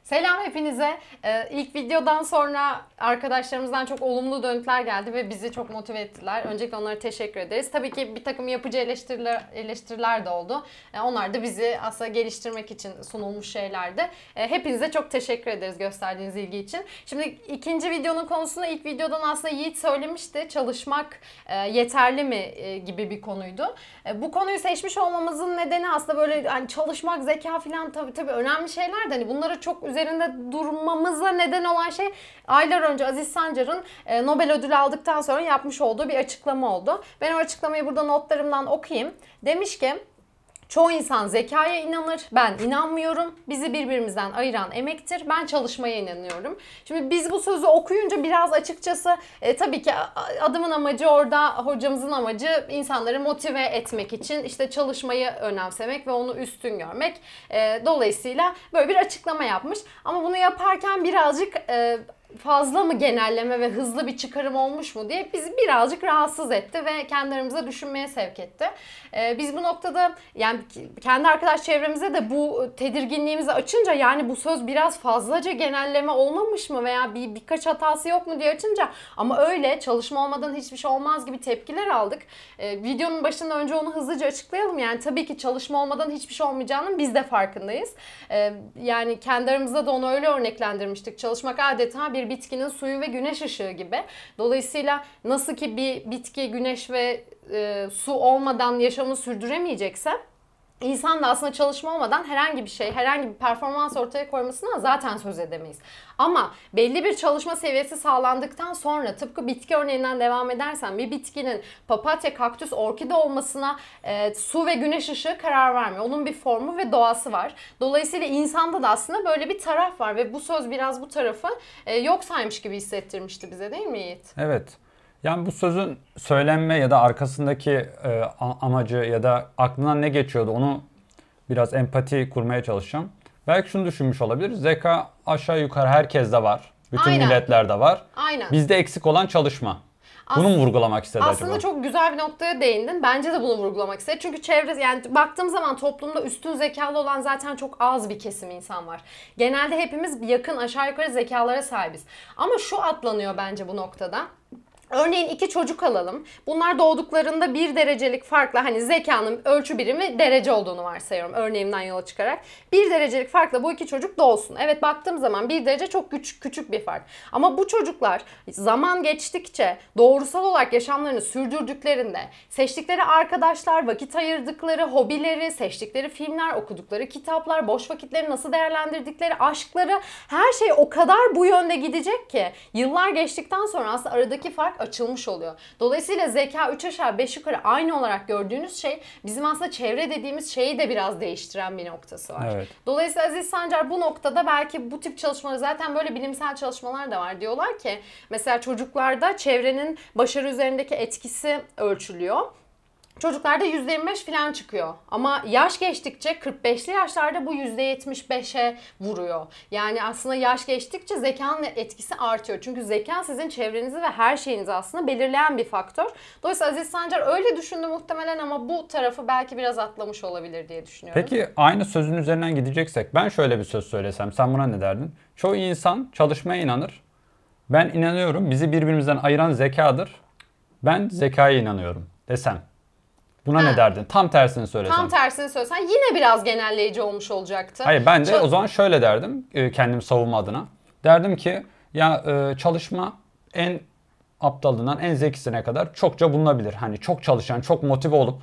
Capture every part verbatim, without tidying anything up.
Selam hepinize. Ee, ilk videodan sonra arkadaşlarımızdan çok olumlu dönütler geldi ve bizi çok motive ettiler. Öncelikle onlara teşekkür ederiz. Tabii ki bir takım yapıcı eleştiriler, eleştiriler de oldu. Ee, onlar da bizi aslında geliştirmek için sunulmuş şeylerdi. Ee, hepinize çok teşekkür ederiz gösterdiğiniz ilgi için. Şimdi ikinci videonun konusunda ilk videodan aslında Yiğit söylemişti. Çalışmak e, yeterli mi e, gibi bir konuydu. E, bu konuyu seçmiş olmamızın nedeni aslında böyle hani çalışmak, zeka falan tabii tabii önemli şeyler de hani bunları çok üzerinde durmamıza neden olan şey aylar önce Aziz Sancar'ın e, Nobel ödülü aldıktan sonra yapmış olduğu bir açıklama oldu. Ben o açıklamayı burada notlarımdan okuyayım. Demiş ki çoğu insan zekaya inanır, ben inanmıyorum. Bizi birbirimizden ayıran emektir, ben çalışmaya inanıyorum. Şimdi biz bu sözü okuyunca biraz açıkçası e, tabii ki adımın amacı orada, hocamızın amacı insanları motive etmek için işte çalışmayı önemsemek ve onu üstün görmek. E, dolayısıyla böyle bir açıklama yapmış. Ama bunu yaparken birazcık E, fazla mı genelleme ve hızlı bir çıkarım olmuş mu diye bizi birazcık rahatsız etti ve kendi aramızda düşünmeye sevk etti. Ee, biz bu noktada yani kendi arkadaş çevremize de bu tedirginliğimizi açınca yani bu söz biraz fazlaca genelleme olmamış mı veya bir birkaç hatası yok mu diye açınca ama öyle çalışma olmadan hiçbir şey olmaz gibi tepkiler aldık. Ee, videonun başında önce onu hızlıca açıklayalım. Yani tabii ki çalışma olmadan hiçbir şey olmayacağının biz de farkındayız. Ee, yani kendi aramızda da onu öyle örneklendirmiştik. Çalışmak adeta bir bir bitkinin suyu ve güneş ışığı gibi. Dolayısıyla nasıl ki bir bitki güneş ve e, su olmadan yaşamını sürdüremeyecekse İnsan da aslında çalışma olmadan herhangi bir şey, herhangi bir performans ortaya koymasından zaten söz edemeyiz. Ama belli bir çalışma seviyesi sağlandıktan sonra tıpkı bitki örneğinden devam edersen bir bitkinin papatya, kaktüs, orkide olmasına e, su ve güneş ışığı karar vermiyor. Onun bir formu ve doğası var. Dolayısıyla insanda da aslında böyle bir taraf var ve bu söz biraz bu tarafı e, yok saymış gibi hissettirmişti bize, değil mi Yiğit? Evet. Yani bu sözün söylenme ya da arkasındaki e, amacı ya da aklından ne geçiyordu onu biraz empati kurmaya çalışacağım. Belki şunu düşünmüş olabilir. Zeka aşağı yukarı herkeste var. Bütün Aynen. milletlerde var. Aynen. Bizde eksik olan çalışma. As- Bunu mu vurgulamak istedi aslında acaba? Aslında çok güzel bir noktaya değindin. Bence de bunu vurgulamak istedi. Çünkü çevre yani baktığım zaman toplumda üstün zekalı olan zaten çok az bir kesim insan var. Genelde hepimiz yakın aşağı yukarı zekalara sahibiz. Ama şu atlanıyor bence bu noktada. Örneğin iki çocuk alalım. Bunlar doğduklarında bir derecelik farkla hani zekanın ölçü birimi derece olduğunu varsayıyorum örneğimden yola çıkarak. Bir derecelik farkla bu iki çocuk doğsun. Evet baktığım zaman bir derece çok küçük, küçük bir fark. Ama bu çocuklar zaman geçtikçe doğrusal olarak yaşamlarını sürdürdüklerinde seçtikleri arkadaşlar, vakit ayırdıkları hobileri, seçtikleri filmler, okudukları kitaplar, boş vakitleri nasıl değerlendirdikleri, aşkları her şey o kadar bu yönde gidecek ki yıllar geçtikten sonra aslında aradaki fark açılmış oluyor. Dolayısıyla zeka üç aşağı beş yukarı aynı olarak gördüğünüz şey bizim aslında çevre dediğimiz şeyi de biraz değiştiren bir noktası var. Evet. Dolayısıyla Aziz Sancar bu noktada belki bu tip çalışmalar zaten böyle bilimsel çalışmalar da var. Diyorlar ki mesela çocuklarda çevrenin başarı üzerindeki etkisi ölçülüyor. Çocuklarda yüzde yirmi beş falan çıkıyor. Ama yaş geçtikçe kırk beşli yaşlarda bu yüzde yetmiş beşe vuruyor. Yani aslında yaş geçtikçe zekanın etkisi artıyor. Çünkü zeka sizin çevrenizi ve her şeyinizi aslında belirleyen bir faktör. Dolayısıyla Aziz Sancar öyle düşündü muhtemelen ama bu tarafı belki biraz atlamış olabilir diye düşünüyorum. Peki aynı sözün üzerinden gideceksek ben şöyle bir söz söylesem sen buna ne derdin? Çoğu insan çalışmaya inanır. Ben inanıyorum bizi birbirimizden ayıran zekadır. Ben zekaya inanıyorum desem. Buna ha. ne derdin? Tam tersini söylesem. Tam tersini söylesen yine biraz genelleyici olmuş olacaktı. Hayır ben de Çal- o zaman şöyle derdim kendimi savunma adına. Derdim ki ya çalışma en aptalından en zekisine kadar çokça bulunabilir. Hani çok çalışan, çok motive olup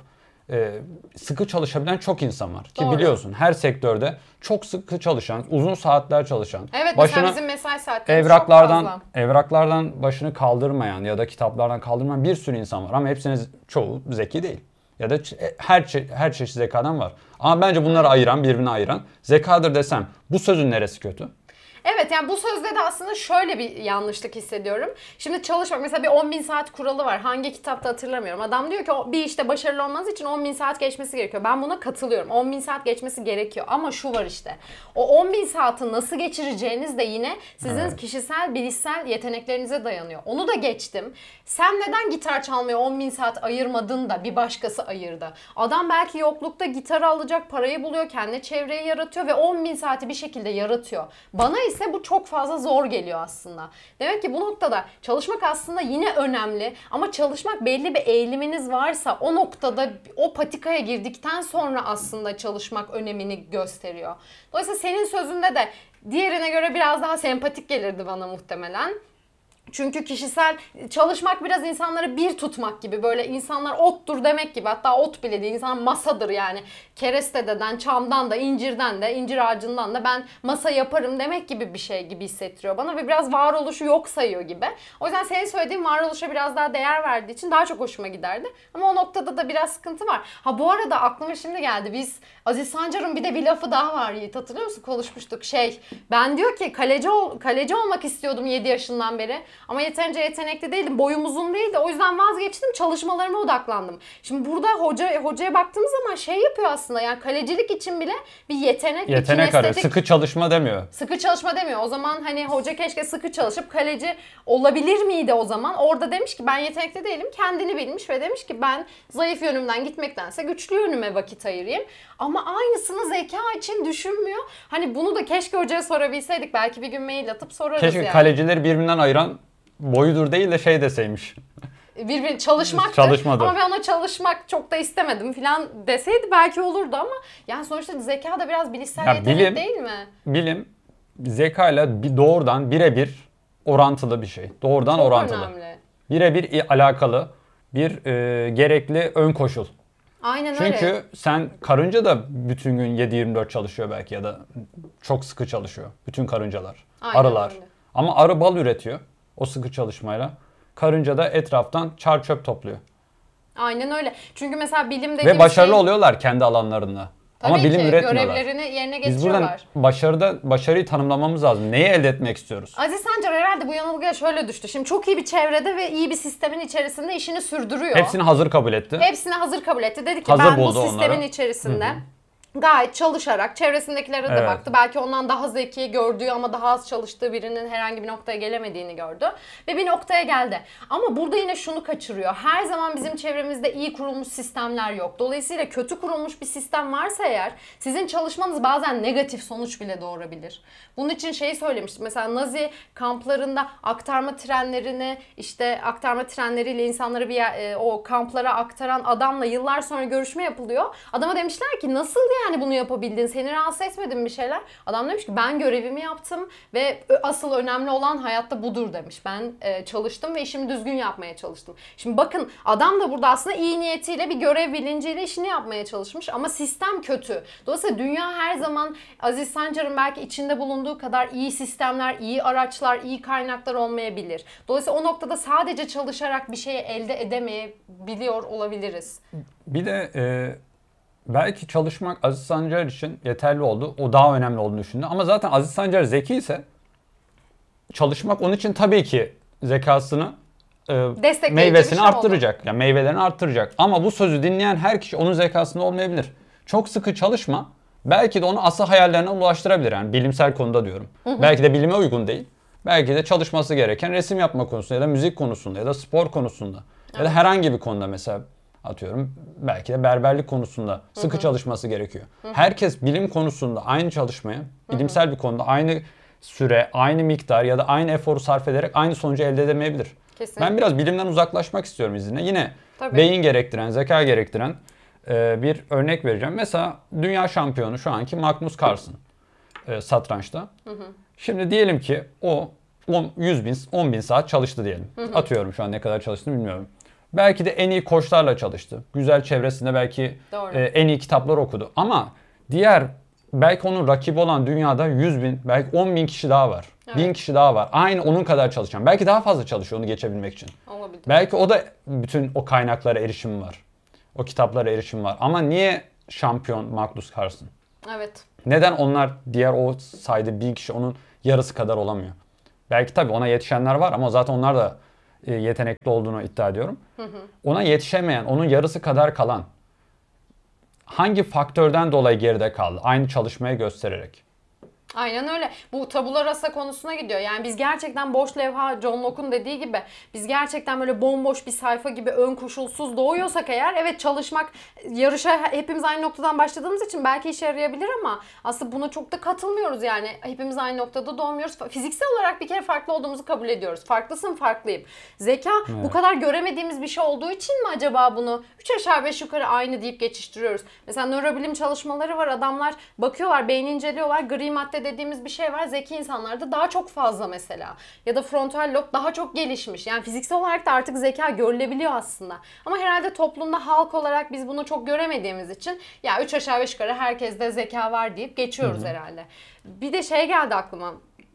sıkı çalışabilen çok insan var. Ki Doğru. biliyorsun her sektörde çok sıkı çalışan, uzun saatler çalışan. Evet mesela bizim mesai saatlerimiz evraklardan, çok fazla. Evraklardan başını kaldırmayan ya da kitaplardan kaldırmayan bir sürü insan var. Ama hepsinin çoğu zeki değil. Ya da her çe- her çeşit zekadan var. Ama bence bunları ayıran, birbirine ayıran zekadır desem bu sözün neresi kötü? Evet, yani bu sözde de aslında şöyle bir yanlışlık hissediyorum. Şimdi çalışmak, mesela bir on bin saat kuralı var. Hangi kitapta hatırlamıyorum. Adam diyor ki bir işte başarılı olmanız için on bin saat geçmesi gerekiyor. Ben buna katılıyorum. on bin saat geçmesi gerekiyor. Ama şu var işte. O on bin saati nasıl geçireceğiniz de yine sizin evet. kişisel, bilişsel yeteneklerinize dayanıyor. Onu da geçtim. Sen neden gitar çalmaya on bin saat ayırmadın da bir başkası ayırdı? Adam belki yoklukta gitarı alacak parayı buluyor, kendi çevreyi yaratıyor ve on bin saati bir şekilde yaratıyor. Bana ise bu çok fazla zor geliyor aslında. Demek ki bu noktada çalışmak aslında yine önemli ama çalışmak belli bir eğiliminiz varsa o noktada o patikaya girdikten sonra aslında çalışmak önemini gösteriyor. Dolayısıyla senin sözünde de diğerine göre biraz daha sempatik gelirdi bana muhtemelen. Çünkü kişisel çalışmak biraz insanları bir tutmak gibi, böyle insanlar ottur demek gibi, hatta ot bile değil, insan masadır yani. Keresteden, çamdan da, incirden de, incir ağacından da ben masa yaparım demek gibi bir şey gibi hissettiriyor bana ve biraz varoluşu yok sayıyor gibi. O yüzden senin söylediğin varoluşa biraz daha değer verdiği için daha çok hoşuma giderdi. Ama o noktada da biraz sıkıntı var. Ha bu arada aklıma şimdi geldi, biz Aziz Sancar'ın bir de bir lafı daha var Yiğit, hatırlıyor musun? Konuşmuştuk şey, ben diyor ki kaleci, ol, kaleci olmak istiyordum yedi yaşından beri. Ama yeterince yetenekli değildim. Boyum uzun değildi. O yüzden vazgeçtim. Çalışmalarıma odaklandım. Şimdi burada hoca hocaya baktığımız zaman şey yapıyor aslında. Yani kalecilik için bile bir yetenek, yetenek bir arıyor. Sıkı çalışma demiyor. Sıkı çalışma demiyor. O zaman hani hoca keşke sıkı çalışıp kaleci olabilir miydi o zaman? Orada demiş ki ben yetenekli değilim. Kendini bilmiş ve demiş ki ben zayıf yönümden gitmektense güçlü yönüme vakit ayırayım. Ama aynısını zeka için düşünmüyor. Hani bunu da keşke hocaya sorabilseydik. Belki bir gün mail atıp sorarız keşke yani. Kalecileri birbirinden ayıran boyudur değil de şey deseymiş. Birbirine çalışmaktır. Çalışmadır. Ama ben ona çalışmak çok da istemedim falan deseydi belki olurdu ama yani sonuçta zeka da biraz bilişsel ya yetenek bilim, değil mi? Bilim zekayla bir doğrudan birebir orantılı bir şey. Doğrudan çok orantılı. Önemli. Birebir alakalı bir e, gerekli ön koşul. Aynen Çünkü öyle. Çünkü sen karınca da bütün gün yedi yirmi dört çalışıyor belki ya da çok sıkı çalışıyor. Bütün karıncalar, Aynen arılar. Öyle. Ama arı bal üretiyor o sıkı çalışmayla. Karınca da etraftan çar çöp topluyor. Aynen öyle. Çünkü mesela bilim dediğimiz Ve başarılı şey... oluyorlar kendi alanlarında. Tabii Ama bilim ki, üretmiyorlar. görevlerini yerine getiriyorlar. Biz buradan başarıda başarıyı tanımlamamız lazım. Neyi elde etmek istiyoruz? Aziz Sancar herhalde bu yanılgıya şöyle düştü. Şimdi çok iyi bir çevrede ve iyi bir sistemin içerisinde işini sürdürüyor. Hepsini hazır kabul etti. Hepsini hazır kabul etti. Dedi ki hazır ben bu sistemin onları. içerisinde... Hı-hı. Gayet çalışarak çevresindekilere de evet. baktı. Belki ondan daha zeki gördüğü ama daha az çalıştığı birinin herhangi bir noktaya gelemediğini gördü. Ve bir noktaya geldi. Ama burada yine şunu kaçırıyor. Her zaman bizim çevremizde iyi kurulmuş sistemler yok. Dolayısıyla kötü kurulmuş bir sistem varsa eğer sizin çalışmanız bazen negatif sonuç bile doğurabilir. Bunun için şey söylemiştim. Mesela Nazi kamplarında aktarma trenlerini işte aktarma trenleriyle insanları bir yer, o kamplara aktaran adamla yıllar sonra görüşme yapılıyor. Adama demişler ki nasıl yani yani bunu yapabildin? Seni rahatsız etmedin bir şeyler? Adam demiş ki ben görevimi yaptım ve asıl önemli olan hayatta budur demiş. Ben e, çalıştım ve işimi düzgün yapmaya çalıştım. Şimdi bakın adam da burada aslında iyi niyetiyle bir görev bilinciyle işini yapmaya çalışmış ama sistem kötü. Dolayısıyla dünya her zaman Aziz Sancar'ın belki içinde bulunduğu kadar iyi sistemler, iyi araçlar, iyi kaynaklar olmayabilir. Dolayısıyla o noktada sadece çalışarak bir şeyi elde edemeyebiliyor olabiliriz. Bir de e, belki çalışmak Aziz Sancar için yeterli oldu. O daha önemli olduğunu düşündü. Ama zaten Aziz Sancar zeki ise çalışmak onun için tabii ki zekasını e, meyvesini şey arttıracak. Oldu. Yani meyvelerini arttıracak. Ama bu sözü dinleyen her kişi onun zekasında olmayabilir. Çok sıkı çalışma belki de onu asıl hayallerine ulaştırabilir. Yani bilimsel konuda diyorum. Hı hı. Belki de bilime uygun değil. Belki de çalışması gereken resim yapma konusunda ya da müzik konusunda ya da spor konusunda. Evet. Ya da herhangi bir konuda mesela atıyorum belki de berberlik konusunda sıkı hı hı. çalışması gerekiyor. Hı hı. Herkes bilim konusunda aynı çalışmaya, bilimsel hı hı. bir konuda aynı süre, aynı miktar ya da aynı eforu sarf ederek aynı sonucu elde edemeyebilir. Kesinlikle. Ben biraz bilimden uzaklaşmak istiyorum izninle. Yine Tabii. beyin gerektiren, zeka gerektiren e, bir örnek vereceğim. Mesela dünya şampiyonu şu anki Magnus Carlsen e, satrançta. Hı hı. Şimdi diyelim ki o on, yüz bin, on bin saat çalıştı diyelim. Hı hı. Atıyorum şu an ne kadar çalıştığını bilmiyorum. Belki de en iyi koçlarla çalıştı. Güzel çevresinde belki e, en iyi kitaplar okudu. Ama diğer belki onun rakibi olan dünyada yüz bin, belki on bin kişi daha var. Evet. bin kişi daha var. Aynı onun kadar çalışan. Belki daha fazla çalışıyor onu geçebilmek için. Olabilir. Belki o da bütün o kaynaklara erişim var. O kitaplara erişim var. Ama niye şampiyon Magnus Carlsen? Evet. Neden onlar diğer o saydığı bin kişi onun yarısı kadar olamıyor? Belki tabii ona yetişenler var ama zaten onlar da e, yetenekli olduğunu iddia ediyorum. Hı hı. Ona yetişemeyen, onun yarısı kadar kalan hangi faktörden dolayı geride kaldı? Aynı çalışmayı göstererek. Aynen öyle. Bu tabula rasa konusuna gidiyor. Yani biz gerçekten boş levha, John Locke'un dediği gibi, biz gerçekten böyle bomboş bir sayfa gibi ön koşulsuz doğuyorsak eğer, evet çalışmak, yarışa hepimiz aynı noktadan başladığımız için belki işe yarayabilir ama aslında buna çok da katılmıyoruz yani. Hepimiz aynı noktada doğmuyoruz. Fiziksel olarak bir kere farklı olduğumuzu kabul ediyoruz. Farklısın, farklıyım. Zeka evet. Bu kadar göremediğimiz bir şey olduğu için mi acaba bunu üç aşağı beş yukarı aynı deyip geçiştiriyoruz? Mesela nörobilim çalışmaları var. Adamlar bakıyorlar, beyni inceliyorlar. Gri madde dediğimiz bir şey var. Zeki insanlarda daha çok fazla mesela. Ya da frontal lob daha çok gelişmiş. Yani fiziksel olarak da artık zeka görülebiliyor aslında. Ama herhalde toplumda halk olarak biz bunu çok göremediğimiz için ya üç aşağı beş yukarı herkeste zeka var deyip geçiyoruz Hı-hı. herhalde. Bir de şey geldi aklıma.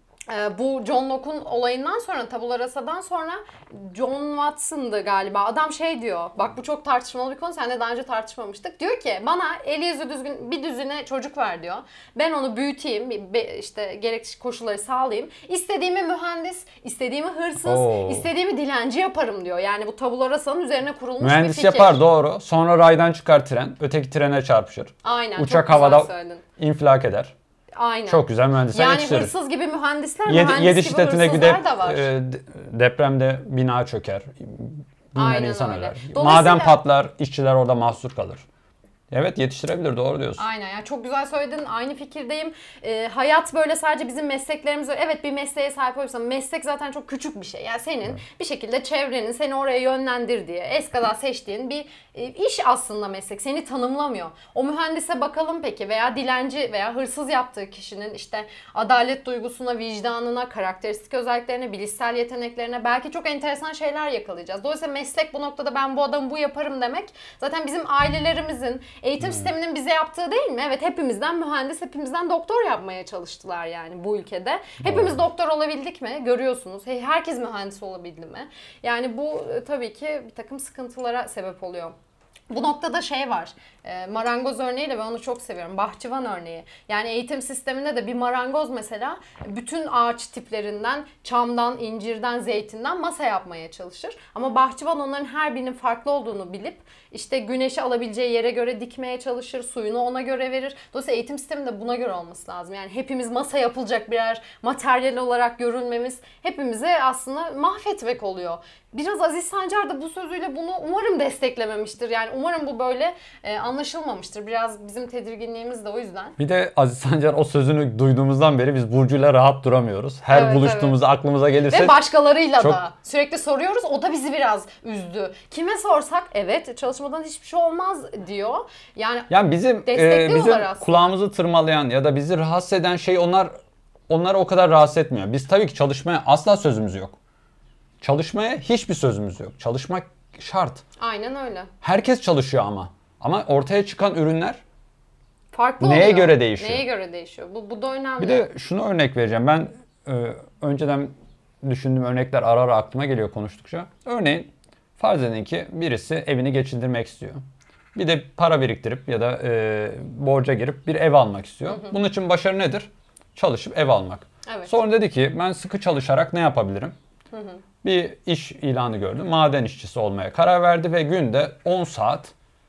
Bu John Locke'un olayından sonra, tabula rasa'dan sonra John Watson'dı galiba. Adam şey diyor, bak bu çok tartışmalı bir konu, seninle daha önce tartışmamıştık. Diyor ki bana eli yüzü düzgün bir düzine çocuk ver diyor. Ben onu büyüteyim, işte gerekli koşulları sağlayayım. İstediğimi mühendis, istediğimi hırsız, Oo. istediğimi dilenci yaparım diyor. Yani bu tabula rasa'nın üzerine kurulmuş mühendis bir fikir. Mühendis yapar, doğru. Sonra raydan çıkar tren, öteki trene çarpışır. Aynen. Uçak havada infilak eder. Aynen. Çok güzel mühendisler yani yetiştirir. hırsız gibi mühendisler, Yedi, mühendis yedi gibi şiddetinde hırsızlar gidip, da var. E, depremde bina çöker. Binler Aynen insan öyle. öler. Dolayısıyla... Maden patlar, işçiler orada mahsur kalır. Evet, yetiştirebilir, doğru diyorsun. Aynen ya, çok güzel söyledin, aynı fikirdeyim. Ee, hayat böyle sadece bizim mesleklerimiz öyle. Evet, bir mesleğe sahip olursan, meslek zaten çok küçük bir şey. Yani senin evet. bir şekilde çevrenin seni oraya yönlendirdiği, eskada seçtiğin bir e, iş aslında meslek. Seni tanımlamıyor. O mühendise bakalım peki, veya dilenci veya hırsız yaptığı kişinin işte adalet duygusuna, vicdanına, karakteristik özelliklerine, bilişsel yeteneklerine belki çok enteresan şeyler yakalayacağız. Dolayısıyla meslek bu noktada ben bu adamı bu yaparım demek zaten bizim ailelerimizin, eğitim hmm. sisteminin bize yaptığı değil mi? Evet, hepimizden mühendis, hepimizden doktor yapmaya çalıştılar yani bu ülkede. Hepimiz Doğru. doktor olabildik mi? Görüyorsunuz. Herkes mühendis olabildi mi? Yani bu tabii ki bir takım sıkıntılara sebep oluyor. Bu noktada şey var, e, marangoz örneğiyle ben onu çok seviyorum. Bahçıvan örneği. Yani eğitim sisteminde de bir marangoz mesela bütün ağaç tiplerinden, çamdan, incirden, zeytinden masa yapmaya çalışır. Ama bahçıvan onların her birinin farklı olduğunu bilip işte güneşi alabileceği yere göre dikmeye çalışır, suyunu ona göre verir. Dolayısıyla eğitim sisteminde buna göre olması lazım. Yani hepimiz masa yapılacak birer materyal olarak görülmemiz hepimizi aslında mahvetmek oluyor. Biraz Aziz Sancar da bu sözüyle bunu umarım desteklememiştir. Yani umarım bu böyle e, anlaşılmamıştır. Biraz bizim tedirginliğimiz de o yüzden. Bir de Aziz Sancar o sözünü duyduğumuzdan beri biz Burcu'yla rahat duramıyoruz. Her evet, buluştuğumuzda evet. aklımıza gelirse... Ve başkalarıyla çok... da. Sürekli soruyoruz. O da bizi biraz üzdü. Kime sorsak evet çalışmadan hiçbir şey olmaz diyor. Yani, yani bizim, e, bizim kulağımızı tırmalayan ya da bizi rahatsız eden şey onlar onları o kadar rahatsız etmiyor. Biz tabii ki çalışmaya asla sözümüz yok. Çalışmaya hiçbir sözümüz yok. Çalışmak şart. Aynen öyle. Herkes çalışıyor ama. Ama ortaya çıkan ürünler farklı neye oluyor. göre değişiyor? Neye göre değişiyor? Bu, bu da önemli. Bir de şunu örnek vereceğim. Ben e, önceden düşündüğüm örnekler ara ara aklıma geliyor konuştukça. Örneğin farz edin ki birisi evini geçindirmek istiyor. Bir de para biriktirip ya da e, borca girip bir ev almak istiyor. Hı hı. Bunun için başarı nedir? Çalışıp ev almak. Evet. Sonra dedi ki ben sıkı çalışarak ne yapabilirim? Hı hı. Bir iş ilanı gördü. Maden işçisi olmaya karar verdi ve günde on saat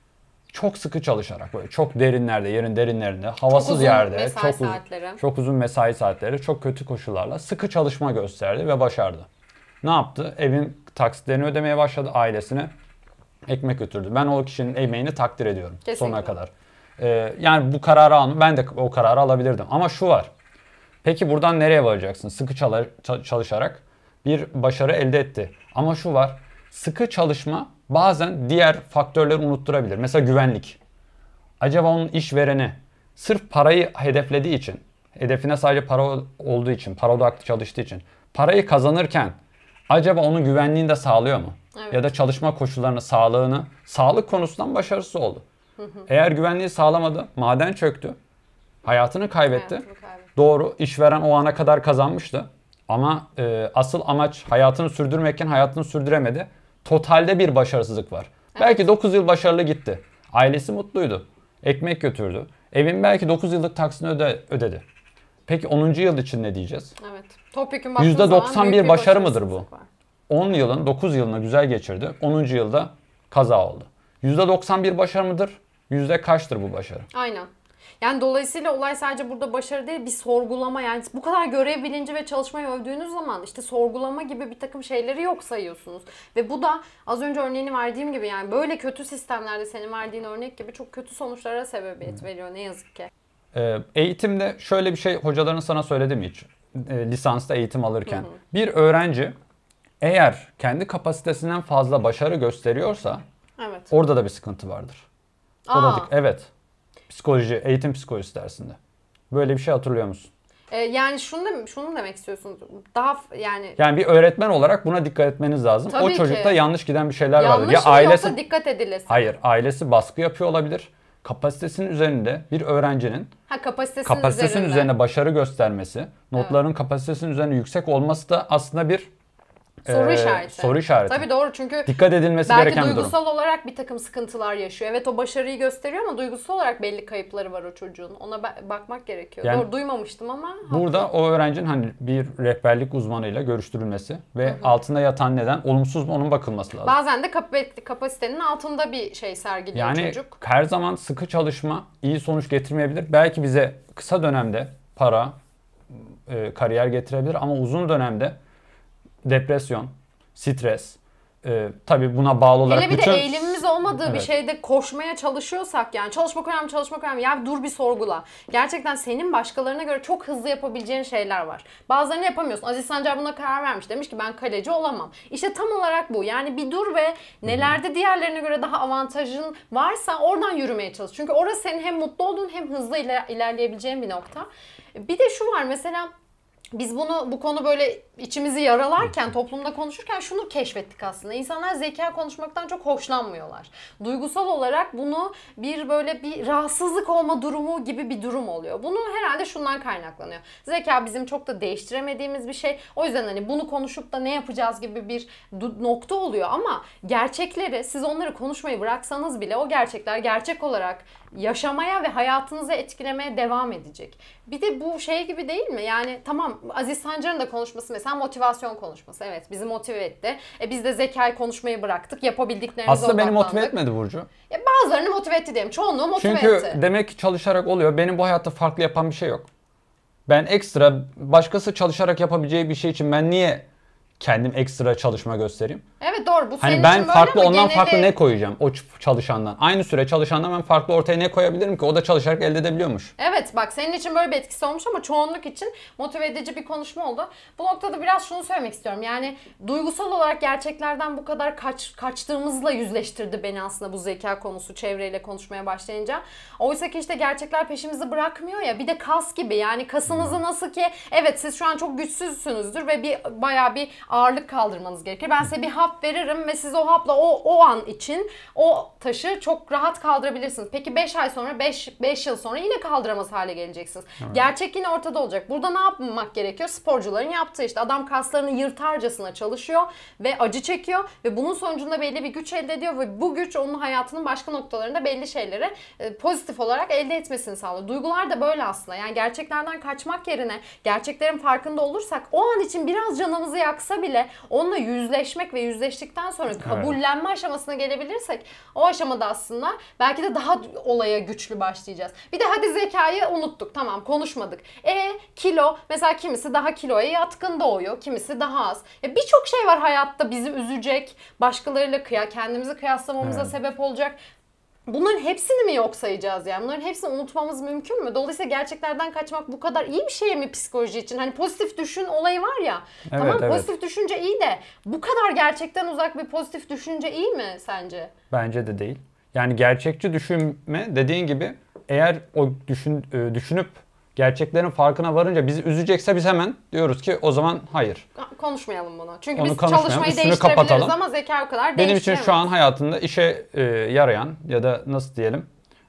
çok sıkı çalışarak, böyle çok derinlerde, yerin derinlerinde, havasız çok uzun yerde, mesai çok uzun, saatleri. çok uzun mesai saatleri, çok kötü koşullarla sıkı çalışma gösterdi ve başardı. Ne yaptı? Evin taksitlerini ödemeye başladı, ailesine ekmek götürdü. Ben o kişinin emeğini takdir ediyorum. Kesinlikle. Sonuna kadar. Ee, yani bu kararı aldım. Ben de o kararı alabilirdim. Ama şu var. Peki buradan nereye varacaksın? Sıkı çalışarak bir başarı elde etti. Ama şu var, sıkı çalışma bazen diğer faktörleri unutturabilir. Mesela güvenlik. Acaba onun işvereni sırf parayı hedeflediği için, hedefine sadece para olduğu için, para odaklı çalıştığı için, parayı kazanırken acaba onun güvenliğini de sağlıyor mu? Evet. Ya da çalışma koşullarını, sağlığını, sağlık konusundan başarısız oldu. Hı hı. Eğer güvenliği sağlamadı, maden çöktü, hayatını kaybetti. Hayatını kaybetti. Doğru, işveren o ana kadar kazanmıştı. Ama e, asıl amaç hayatını sürdürmekken hayatını sürdüremedi. Totalde bir başarısızlık var. Evet. Belki dokuz yıl başarılı gitti. Ailesi mutluydu. Ekmek götürdü. Evin belki dokuz yıllık taksini öde, ödedi. Peki onuncu yıl için ne diyeceğiz? Evet. Topyekun baktığın yüzde doksan zaman büyük bir bir başarı mıdır bu? başarısızlık var. on yılın dokuz yılını güzel geçirdi. onuncu yılda kaza oldu. yüzde doksan bir başarı mıdır? Yüzde kaçtır bu başarı? Aynen. Yani dolayısıyla olay sadece burada başarı değil, bir sorgulama. Yani bu kadar görev bilinci ve çalışmayı övdüğünüz zaman işte sorgulama gibi bir takım şeyleri yok sayıyorsunuz. Ve bu da az önce örneğini verdiğim gibi, yani böyle kötü sistemlerde senin verdiğin örnek gibi çok kötü sonuçlara sebebiyet veriyor ne yazık ki. Ee, eğitimde şöyle bir şey hocaların sana söyledi mi hiç? Ee, lisansta eğitim alırken. Hı hı. Bir öğrenci eğer kendi kapasitesinden fazla başarı gösteriyorsa evet. orada da bir sıkıntı vardır. Aa. Dik- evet. Psikoloji, eğitim psikolojisi dersinde. Böyle bir şey hatırlıyor musun? Ee, yani şunu da, şunu demek istiyorsunuz. Daha yani Yani bir öğretmen olarak buna dikkat etmeniz lazım. Tabii o çocukta ki. yanlış giden bir şeyler yanlış vardır. Ya mı ailesi yoksa dikkat edilesi? Hayır, ailesi baskı yapıyor olabilir. Kapasitesinin üzerinde bir öğrencinin ha, kapasitesinin, kapasitesinin üzerinde. üzerine başarı göstermesi, notların evet. kapasitesinin üzerine yüksek olması da aslında bir soru e, işareti. Soru işareti. Tabii doğru, çünkü dikkat edilmesi belki gereken bir durum. duygusal olarak bir takım sıkıntılar yaşıyor. Evet, o başarıyı gösteriyor ama duygusal olarak belli kayıpları var o çocuğun. Ona ba- bakmak gerekiyor. Yani, doğru, duymamıştım ama. Burada haklı. O öğrencinin hani bir rehberlik uzmanıyla görüştürülmesi ve hı hı. altında yatan neden olumsuz mu onun bakılması lazım. Bazen de kap- kapasitenin altında bir şey sergiliyor yani çocuk. Yani her zaman sıkı çalışma iyi sonuç getirmeyebilir. Belki bize kısa dönemde para, e, kariyer getirebilir ama uzun dönemde depresyon, stres, e, tabii buna bağlı olarak hele bir bütün... de eğilimimiz olmadığı evet. bir şeyde koşmaya çalışıyorsak, yani çalışmak önemli, çalışmak önemli. Ya dur bir sorgula. Gerçekten senin başkalarına göre çok hızlı yapabileceğin şeyler var. Bazılarını yapamıyorsun. Aziz Sancar buna karar vermiş. Demiş ki ben kaleci olamam. İşte tam olarak bu. Yani bir dur ve nelerde diğerlerine göre daha avantajın varsa oradan yürümeye çalış. Çünkü orası senin hem mutlu olduğun hem hızlı iler- ilerleyebileceğin bir nokta. Bir de şu var mesela... Biz bunu bu konu böyle içimizi yaralarken, toplumda konuşurken şunu keşfettik aslında. İnsanlar zeka konuşmaktan çok hoşlanmıyorlar. Duygusal olarak bunu bir böyle bir rahatsızlık olma durumu gibi bir durum oluyor. Bunu herhalde şundan kaynaklanıyor. Zeka bizim çok da değiştiremediğimiz bir şey. O yüzden hani bunu konuşup da ne yapacağız gibi bir nokta oluyor ama gerçekleri, siz onları konuşmayı bıraksanız bile o gerçekler gerçek olarak yaşamaya ve hayatınızı etkilemeye devam edecek. Bir de bu şey gibi değil mi? Yani tamam, Aziz Sancar'ın da konuşması mesela motivasyon konuşması. Evet, bizi motive etti. E biz de zekayı konuşmayı bıraktık. Yapabildiklerimize Aslında odaklandık. beni motive etmedi Burcu. Ya bazılarını motive etti diyelim. Çoğunluğu motive Çünkü etti. Çünkü demek ki çalışarak oluyor. Benim bu hayatta farklı yapan bir şey yok. Ben ekstra, başkası çalışarak yapabileceği bir şey için ben niye kendim ekstra çalışma göstereyim? Evet doğru. Bu hani senin ben için böyle farklı ama ondan geneli... farklı ne koyacağım o çalışandan? Aynı süre çalışandan ben farklı ortaya ne koyabilirim ki? O da çalışarak elde edebiliyormuş. Evet bak, senin için böyle bir etkisi olmuş ama çoğunluk için motive edici bir konuşma oldu. Bu noktada biraz şunu söylemek istiyorum. Yani duygusal olarak gerçeklerden bu kadar kaç, kaçtığımızla yüzleştirdi beni aslında bu zeka konusu, çevreyle konuşmaya başlayınca. Oysa ki işte gerçekler peşimizi bırakmıyor ya. Bir de kas gibi, yani kasınızı hmm. nasıl ki evet siz şu an çok güçsüzsünüzdür ve bir bayağı bir ağırlık kaldırmanız gerekir. Ben size bir hap veririm ve siz o hapla o, o an için o taşı çok rahat kaldırabilirsiniz. Peki beş ay sonra, beş yıl sonra yine kaldıramaz hale geleceksiniz. Evet. Gerçek yine ortada olacak. Burada ne yapmak gerekiyor? Sporcuların yaptığı işte. Adam kaslarını yırtarcasına çalışıyor ve acı çekiyor ve bunun sonucunda belli bir güç elde ediyor ve bu güç onun hayatının başka noktalarında belli şeyleri e, pozitif olarak elde etmesini sağlıyor. Duygular da böyle aslında. Yani gerçeklerden kaçmak yerine gerçeklerin farkında olursak, o an için biraz canımızı yaksa bile onunla yüzleşmek ve yüzleştikten sonra kabullenme evet. aşamasına gelebilirsek, o aşamada aslında belki de daha olaya güçlü başlayacağız. Bir de hadi zekayı unuttuk, tamam konuşmadık. E kilo, mesela kimisi daha kiloya yatkın doğuyor, kimisi daha az. Ya birçok şey var hayatta bizi üzecek, başkalarıyla kıya, kendimizi kıyaslamamıza evet. sebep olacak. Bunların hepsini mi yok sayacağız yani? Bunların hepsini unutmamız mümkün mü? Dolayısıyla gerçeklerden kaçmak bu kadar iyi bir şey mi psikoloji için? Hani pozitif düşün olayı var ya. Evet, tamam evet. Pozitif düşünce iyi de bu kadar gerçekten uzak bir pozitif düşünce iyi mi sence? Bence de değil. Yani gerçekçi düşünme dediğin gibi, eğer o düşün, düşünüp gerçeklerin farkına varınca bizi üzecekse biz hemen diyoruz ki o zaman hayır. Konuşmayalım bunu. Çünkü Onu biz çalışmayı değiştirebiliriz kapatalım. Ama zeka o kadar Benim için şu an hayatında işe e, yarayan ya da nasıl diyelim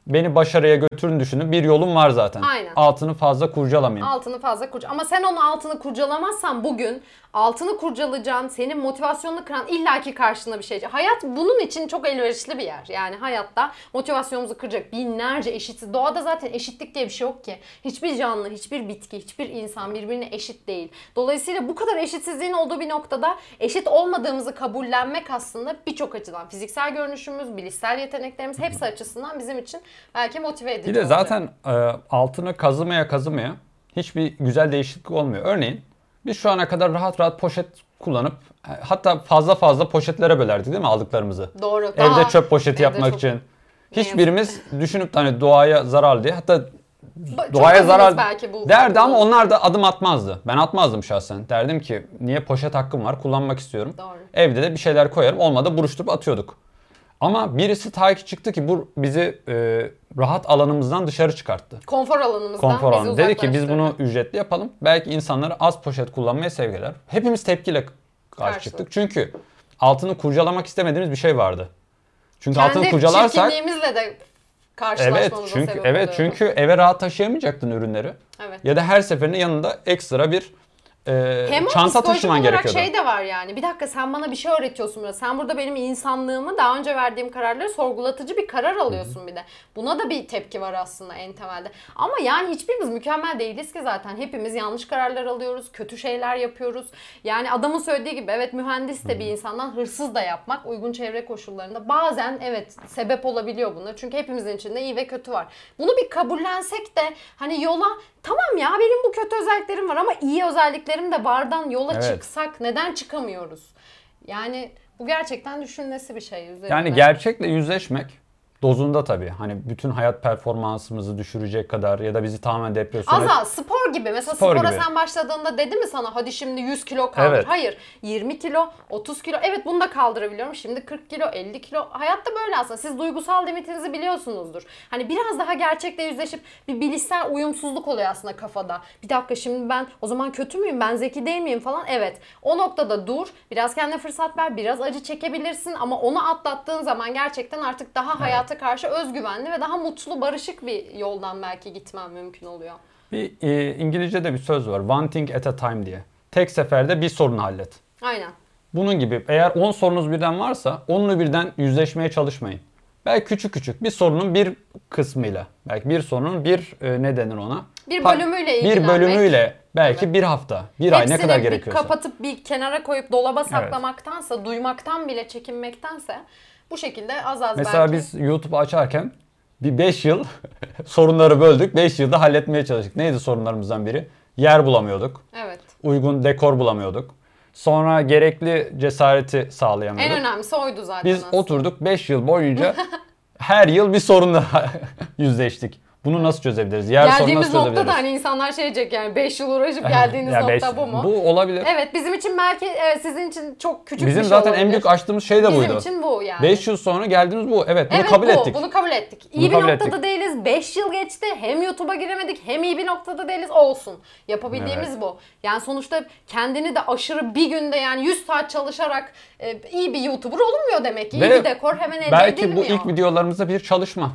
beni başarıya götürün düşünün. Bir yolum var zaten. Aynen. Altını fazla kurcalamayayım. Altını fazla kurcal. Ama sen onun altını kurcalamazsan bugün altını kurcalayacağın, senin motivasyonunu kıran illaki karşına bir şey. Hayat bunun için çok elverişli bir yer. Yani hayatta motivasyonumuzu kıracak binlerce eşitsiz. Doğada zaten eşitlik diye bir şey yok ki. Hiçbir canlı, hiçbir bitki, hiçbir insan birbirine eşit değil. Dolayısıyla bu kadar eşitsizliğin olduğu bir noktada eşit olmadığımızı kabullenmek aslında birçok açıdan, fiziksel görünüşümüz, bilişsel yeteneklerimiz hepsi açısından bizim için belki motive edici Bir de olacak. zaten e, altını kazımaya kazımaya hiçbir güzel değişiklik olmuyor. Örneğin biz şu ana kadar rahat rahat poşet kullanıp hatta fazla fazla poşetlere bölerdik değil mi aldıklarımızı? Doğru. Evde Aa, çöp poşeti evde yapmak çok- için. Ne Hiçbirimiz düşünüp de hani doğaya zarar diye hatta Ba- çok doğaya azınız zarar belki bu. derdi ama onlar da adım atmazdı. Ben atmazdım şahsen. Derdim ki niye poşet hakkım var kullanmak istiyorum. Doğru. Evde de bir şeyler koyarım olmadı buruşturup atıyorduk. Ama birisi ta ki çıktı ki bu bizi e, rahat alanımızdan dışarı çıkarttı. Konfor alanımızdan Konfor bizi alanı. Dedi ki biz uzaklaştırdı. bunu ücretli yapalım. Belki insanları az poşet kullanmaya sevk eder. Hepimiz tepkiyle karşı Karşılık. çıktık. Çünkü altını kurcalamak istemediğimiz bir şey vardı. Çünkü altını Kendi kurcalarsak çirkinliğimizle de evet karşılaşmamıza çünkü sebep evet oluyordu. çünkü eve rahat taşıyamayacaktın ürünleri. Evet. Ya da her seferinde yanında ekstra bir e, Hem o çanta psikolojik taşıman olarak gerekiyordu. şey de var yani. Bir dakika sen bana bir şey öğretiyorsun burada. Sen burada benim insanlığımı, daha önce verdiğim kararları sorgulatıcı bir karar alıyorsun bir de. Buna da bir tepki var aslında en temelde. Ama yani hiçbirimiz mükemmel değiliz ki zaten. Hepimiz yanlış kararlar alıyoruz, kötü şeyler yapıyoruz. Yani adamın söylediği gibi evet mühendis de bir insandan hırsız da yapmak uygun çevre koşullarında bazen evet sebep olabiliyor buna. Çünkü hepimizin içinde iyi ve kötü var. Bunu bir kabullensek de hani yola tamam ya benim bu kötü özelliklerim var ama iyi özelliklerim de vardan yola Evet. çıksak neden çıkamıyoruz? Yani bu gerçekten düşünülmesi bir şey üzerinde. Yani gerçekle yüzleşmek dozunda tabii. Hani bütün hayat performansımızı düşürecek kadar ya da bizi tamamen depresyona... Az az spor gibi. Mesela Spor spora gibi. sen başladığında dedi mi sana hadi şimdi yüz kilo kaldır? Evet. Hayır. yirmi kilo, otuz kilo. Evet bunu da kaldırabiliyorum. Şimdi kırk kilo, elli kilo. Hayatta böyle aslında. Siz duygusal limitinizi biliyorsunuzdur. Hani biraz daha gerçekle yüzleşip bir bilişsel uyumsuzluk oluyor aslında kafada. Bir dakika şimdi ben o zaman kötü müyüm? Ben zeki değil miyim falan? Evet. O noktada dur. Biraz kendine fırsat ver. Biraz acı çekebilirsin ama onu atlattığın zaman gerçekten artık daha hayata karşı özgüvenli ve daha mutlu, barışık bir yoldan belki gitmen mümkün oluyor. Bir e, İngilizce'de bir söz var. One thing at a time diye. Tek seferde bir sorunu hallet. Aynen. Bunun gibi eğer on sorunuz birden varsa onunu birden yüzleşmeye çalışmayın. Belki küçük küçük bir sorunun bir kısmıyla, belki bir sorunun bir e, ne denir ona? Bir Pa- bölümüyle ilgilenmek. Bir bölümüyle belki Evet. bir hafta, bir ay ne kadar Hepsini bir gerekiyorsa. kapatıp bir kenara koyup dolaba saklamaktansa, duymaktan bile çekinmektense bu şekilde az az Mesela belki. biz YouTube açarken bir beş yıl sorunları böldük. beş yılda halletmeye çalıştık. Neydi sorunlarımızdan biri? Yer bulamıyorduk. Evet. Uygun dekor bulamıyorduk. Sonra gerekli cesareti En sağlayamıyorduk. önemlisi oydu zaten Biz aslında. oturduk beş yıl boyunca her yıl bir sorunla yüzleştik. Bunu nasıl çözebiliriz? Yer sorunu Geldiğimiz nasıl çözebiliriz? noktada hani insanlar şey diyecek yani beş yıl uğraşıp geldiğiniz Ya nokta beş- bu mu? Bu olabilir. Evet bizim için belki evet, sizin için çok küçük Bizim bir şey zaten olabilir. en büyük açtığımız şey de Bizim buydu. için bu yani. beş yıl sonra geldiğimiz bu. Evet bunu Evet kabul bu, ettik. bunu kabul ettik. İyi Bunu bir kabul noktada ettik. değiliz. beş yıl geçti. Hem YouTube'a giremedik hem iyi bir noktada değiliz. Olsun. Yapabildiğimiz Evet. bu. Yani sonuçta kendini de aşırı bir günde yani yüz saat çalışarak e, iyi bir YouTuber olunmuyor demek ki. İyi Ve bir dekor hemen elde Belki bu edilmiyor. ilk videolarımızda bir çalışma.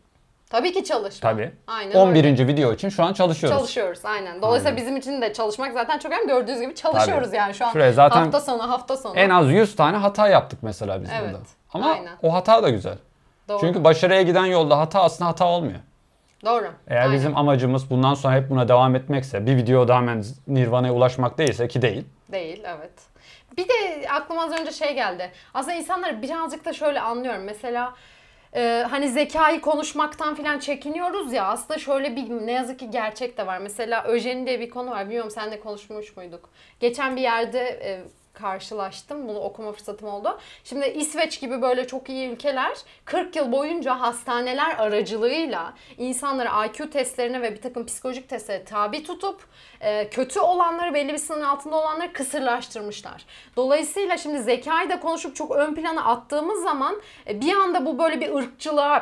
Tabii ki çalışma. Tabii. Aynen on öyle. birinci video için şu an çalışıyoruz. Çalışıyoruz aynen. Dolayısıyla Aynen. bizim için de çalışmak zaten çok önemli. Gördüğünüz gibi çalışıyoruz Tabii. yani şu an. Şuraya zaten hafta sonu hafta sonu. En az yüz tane hata yaptık mesela biz Evet, burada. Ama aynen. o hata da güzel. Doğru. Çünkü başarıya giden yolda hata aslında hata olmuyor. Doğru. Eğer Aynen. bizim amacımız bundan sonra hep buna devam etmekse, bir videoda hemen Nirvana'ya ulaşmak değilse ki değil. Değil, evet. Bir de aklıma az önce şey geldi. Aslında insanları birazcık da şöyle anlıyorum. Mesela e, hani zekayı konuşmaktan falan çekiniyoruz ya. Aslında şöyle bir ne yazık ki gerçek de var. Mesela öjeni diye bir konu var. Bilmiyorum seninle konuşmuş muyduk? Geçen bir yerde e, karşılaştım. Bunu okuma fırsatım oldu. Şimdi İsveç gibi böyle çok iyi ülkeler kırk yıl boyunca hastaneler aracılığıyla insanları I Q testlerine ve bir takım psikolojik testlere tabi tutup e, kötü olanları belli bir sınırın altında olanları kısırlaştırmışlar. Dolayısıyla şimdi zekayı da konuşup çok ön plana attığımız zaman e, bir anda bu böyle bir ırkçılığa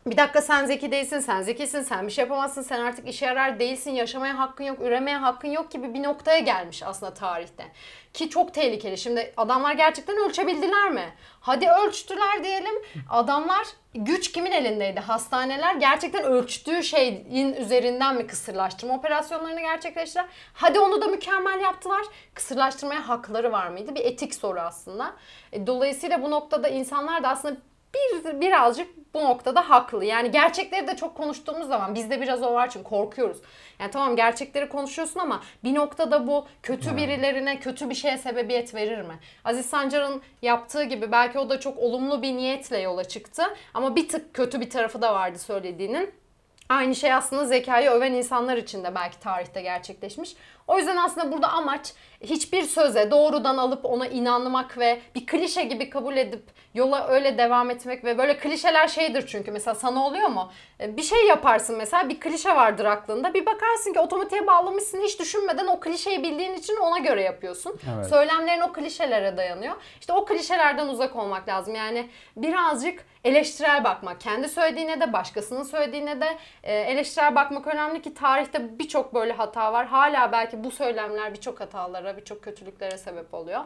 Bir dakika sen zeki değilsin, sen zekisin, sen bir şey yapamazsın, sen artık işe yarar değilsin, yaşamaya hakkın yok, üremeye hakkın yok gibi bir noktaya gelmiş aslında tarihte. Ki çok tehlikeli. Şimdi adamlar gerçekten ölçebildiler mi? Hadi ölçtüler diyelim. Adamlar, güç kimin elindeydi? Hastaneler gerçekten ölçtüğü şeyin üzerinden mi kısırlaştırma operasyonlarını gerçekleştiler? Hadi onu da mükemmel yaptılar. Kısırlaştırmaya hakları var mıydı? Bir etik soru aslında. Dolayısıyla bu noktada insanlar da aslında bir birazcık bu noktada haklı. Yani gerçekleri de çok konuştuğumuz zaman bizde biraz o var, çünkü korkuyoruz. Yani tamam, gerçekleri konuşuyorsun ama bir noktada bu kötü birilerine kötü bir şeye sebebiyet verir mi? Aziz Sancar'ın yaptığı gibi belki o da çok olumlu bir niyetle yola çıktı ama bir tık kötü bir tarafı da vardı söylediğinin. Aynı şey aslında zekayı öven insanlar için de belki tarihte gerçekleşmiş. O yüzden aslında burada amaç hiçbir söze doğrudan alıp ona inanmak ve bir klişe gibi kabul edip yola öyle devam etmek ve böyle klişeler şeydir, çünkü mesela sana oluyor mu? Bir şey yaparsın mesela, bir klişe vardır aklında, bir bakarsın ki otomatiğe bağlamışsın, hiç düşünmeden o klişeyi bildiğin için ona göre yapıyorsun. Evet. Söylemlerin o klişelere dayanıyor. İşte o klişelerden uzak olmak lazım. Yani birazcık eleştirel bakmak. Kendi söylediğine de başkasının söylediğine de eleştirel bakmak önemli ki tarihte birçok böyle hata var. Hala belki bu söylemler birçok hatalara, birçok kötülüklere sebep oluyor.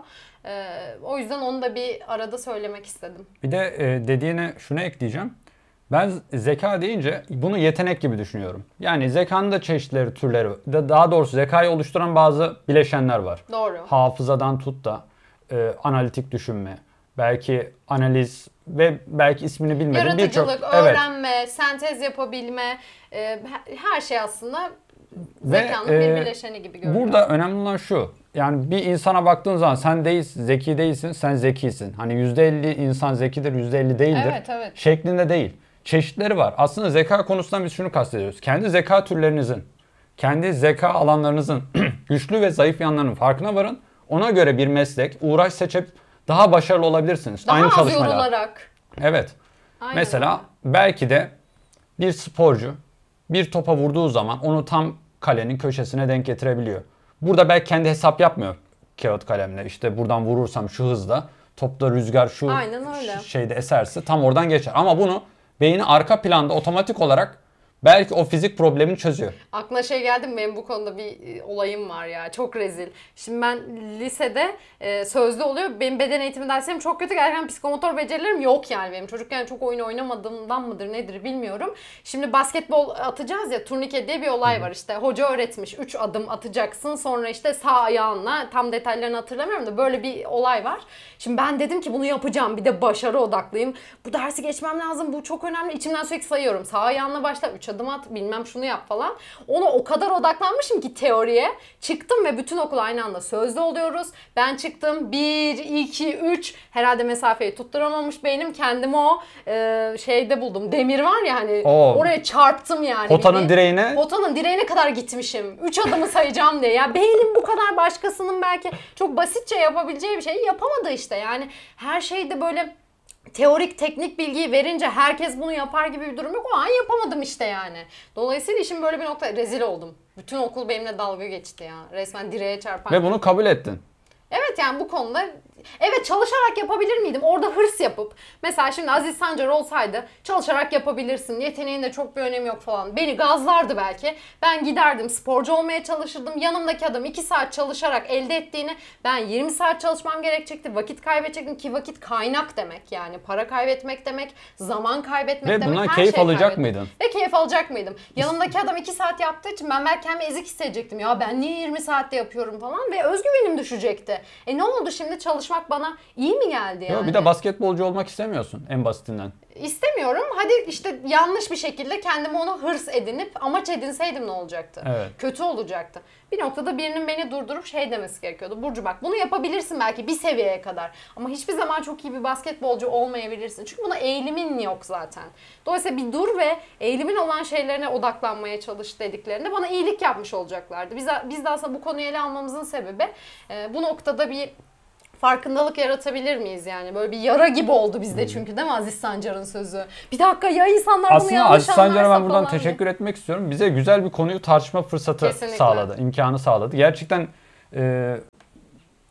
O yüzden onu da bir arada söylemek istedim. Bir de dediğine şunu ekleyeceğim. Ben zeka deyince bunu yetenek gibi düşünüyorum. Yani zekanın da çeşitleri, türleri, daha doğrusu zekayı oluşturan bazı bileşenler var. Doğru. Hafızadan tut da e, analitik düşünme, belki analiz ve belki ismini bilmediğim birçok... Yaratıcılık, öğrenme, evet, sentez yapabilme, e, her şey aslında zekanın ve, bir bileşeni gibi görünüyor. Burada önemli olan şu. Yani bir insana baktığın zaman sen değilsin, zeki değilsin, sen zekisin. Hani yüzde elli insan zekidir, yüzde elli değildir. Evet, evet. Şeklinde değil. Çeşitleri var. Aslında zeka konusundan biz şunu kastediyoruz. Kendi zeka türlerinizin, kendi zeka alanlarınızın güçlü ve zayıf yanlarının farkına varın. Ona göre bir meslek, uğraş seçip daha başarılı olabilirsiniz. Daha Aynı az çalışmalar. yorularak. Evet. Aynen Mesela öyle. belki de bir sporcu bir topa vurduğu zaman onu tam kalenin köşesine denk getirebiliyor. Burada belki kendi hesap yapmıyor kağıt kalemle. İşte buradan vurursam şu hızla, topta rüzgar şu şeyde eserse tam oradan geçer. Ama bunu beyni arka planda otomatik olarak belki o fizik problemini çözüyor. Aklına şey geldi mi? Benim bu konuda bir olayım var ya. Çok rezil. Şimdi ben lisede e, sözlü oluyor. Benim beden eğitimi derslerim çok kötü. Gerçekten psikomotor becerilerim yok yani benim. Çocukken çok oyun oynamadığımdan mıdır nedir bilmiyorum. Şimdi basketbol atacağız ya, turnike diye bir olay Hı. var işte. Hoca öğretmiş. üç adım atacaksın. Sonra işte sağ ayağınla, tam detaylarını hatırlamıyorum da böyle bir olay var. Şimdi ben dedim ki bunu yapacağım. Bir de başarı odaklıyım. Bu dersi geçmem lazım. Bu çok önemli. İçimden sürekli sayıyorum. Sağ ayağınla başla. üç adım at, bilmem şunu yap falan. Ona o kadar odaklanmışım ki teoriye. Çıktım ve bütün okul aynı anda sözlü oluyoruz. Ben çıktım bir, iki, üç. Herhalde mesafeyi tutturamamış beynim. Kendimi o e, şeyde buldum. Demir var ya hani, Oo. oraya çarptım yani. Potanın direğine. Potanın direğine kadar gitmişim. üç adımı sayacağım diye. Ya beynim bu kadar başkasının belki çok basitçe yapabileceği bir şeyi yapamadı işte. Yani her şeyde böyle teorik, teknik bilgiyi verince herkes bunu yapar gibi bir durum yok. O an yapamadım işte yani. Dolayısıyla işin böyle bir nokta, rezil oldum. Bütün okul benimle dalga geçti ya. Resmen direğe çarpan. Ve bunu kabul ettin. Evet, yani bu konuda evet, çalışarak yapabilir miydim? Orada hırs yapıp mesela şimdi Aziz Sancar olsaydı çalışarak yapabilirsin, yeteneğin de çok bir önemi yok falan, beni gazlardı belki. Ben giderdim, sporcu olmaya çalışırdım. Yanımdaki adam iki saat çalışarak elde ettiğini ben yirmi saat çalışmam gerekecekti. Vakit kaybedecektim ki vakit kaynak demek, yani para kaybetmek demek, zaman kaybetmek Ve demek. Ve bundan her keyif şey alacak kaybetmek. mıydın? Ve keyif alacak mıydım? Yanımdaki adam iki saat yaptığı için ben belki kendimi ezik hissedecektim. Ya ben niye yirmi saatte yapıyorum falan ve özgüvenim düşecekti. E ne oldu şimdi, çalışmak bana iyi mi geldi yani? Yok, bir de basketbolcu olmak istemiyorsun en basitinden. İstemiyorum. Hadi işte yanlış bir şekilde kendime onu hırs edinip amaç edinseydim ne olacaktı? Evet. Kötü olacaktı. Bir noktada birinin beni durdurup şey demesi gerekiyordu. Burcu bak, bunu yapabilirsin belki bir seviyeye kadar. Ama hiçbir zaman çok iyi bir basketbolcu olmayabilirsin. Çünkü buna eğilimin yok zaten. Dolayısıyla bir dur ve eğilimin olan şeylerine odaklanmaya çalış dediklerinde bana iyilik yapmış olacaklardı. Biz, biz de aslında bu konuyu ele almamızın sebebi e, bu noktada bir farkındalık yaratabilir miyiz yani? Böyle bir yara gibi oldu bizde çünkü, değil mi Aziz Sancar'ın sözü? Bir dakika ya, insanlar Aslında bunu yanlış Aziz Sancar'a ben buradan diye. teşekkür etmek istiyorum. Bize güzel bir konuyu tartışma fırsatı Kesinlikle. sağladı, imkanı sağladı. Gerçekten e,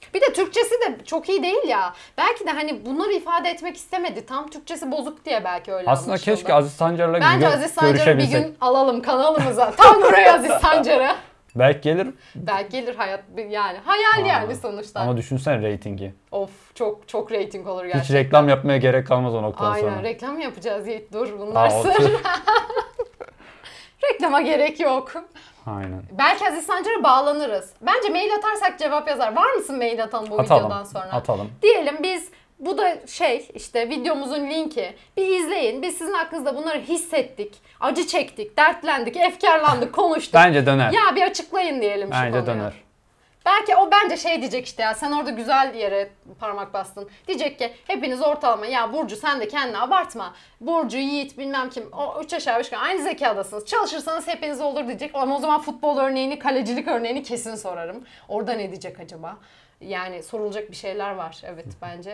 Bir de Türkçesi de çok iyi değil ya. Belki de hani bunları ifade etmek istemedi. Tam Türkçesi bozuk diye belki öyle Aslında anlaşıldı. keşke Aziz Sancar'la Bence gö- Aziz Sancar'ı bir görüşebilsek. gün alalım kanalımıza. Tam buraya Aziz Sancar'ı. Belki gelir. Belki gelir hayat yani. Hayal Aa, yani sonuçta. Ama düşünsene reytingi. Of çok çok reyting olur gerçekten. Hiç reklam yapmaya gerek kalmaz o noktadan Aynen sonra. reklam mı yapacağız Yiğit? Dur bunlar Aa, sır. otur. Reklama gerek yok. Aynen. Belki Aziz Sancar'a bağlanırız. Bence mail atarsak cevap yazar. Var mısın mail atan bu Atalım. videodan sonra? Atalım. Diyelim biz bu da şey işte videomuzun linki. Bir izleyin. Biz sizin hakkınızda bunları hissettik. Acı çektik, dertlendik, efkarlandık, konuştuk. Bence döner. Ya bir açıklayın diyelim şu Bence konuyu. döner. Belki o bence şey diyecek işte ya sen orada güzel yere parmak bastın. Diyecek ki hepiniz ortalama ya Burcu sen de kendini abartma. Burcu, Yiğit bilmem kim o üç aşağı beş yukarı aynı zekadasınız. Çalışırsanız hepiniz olur diyecek. Ama o zaman futbol örneğini, kalecilik örneğini kesin sorarım. Orada ne diyecek acaba? Yani sorulacak bir şeyler var evet bence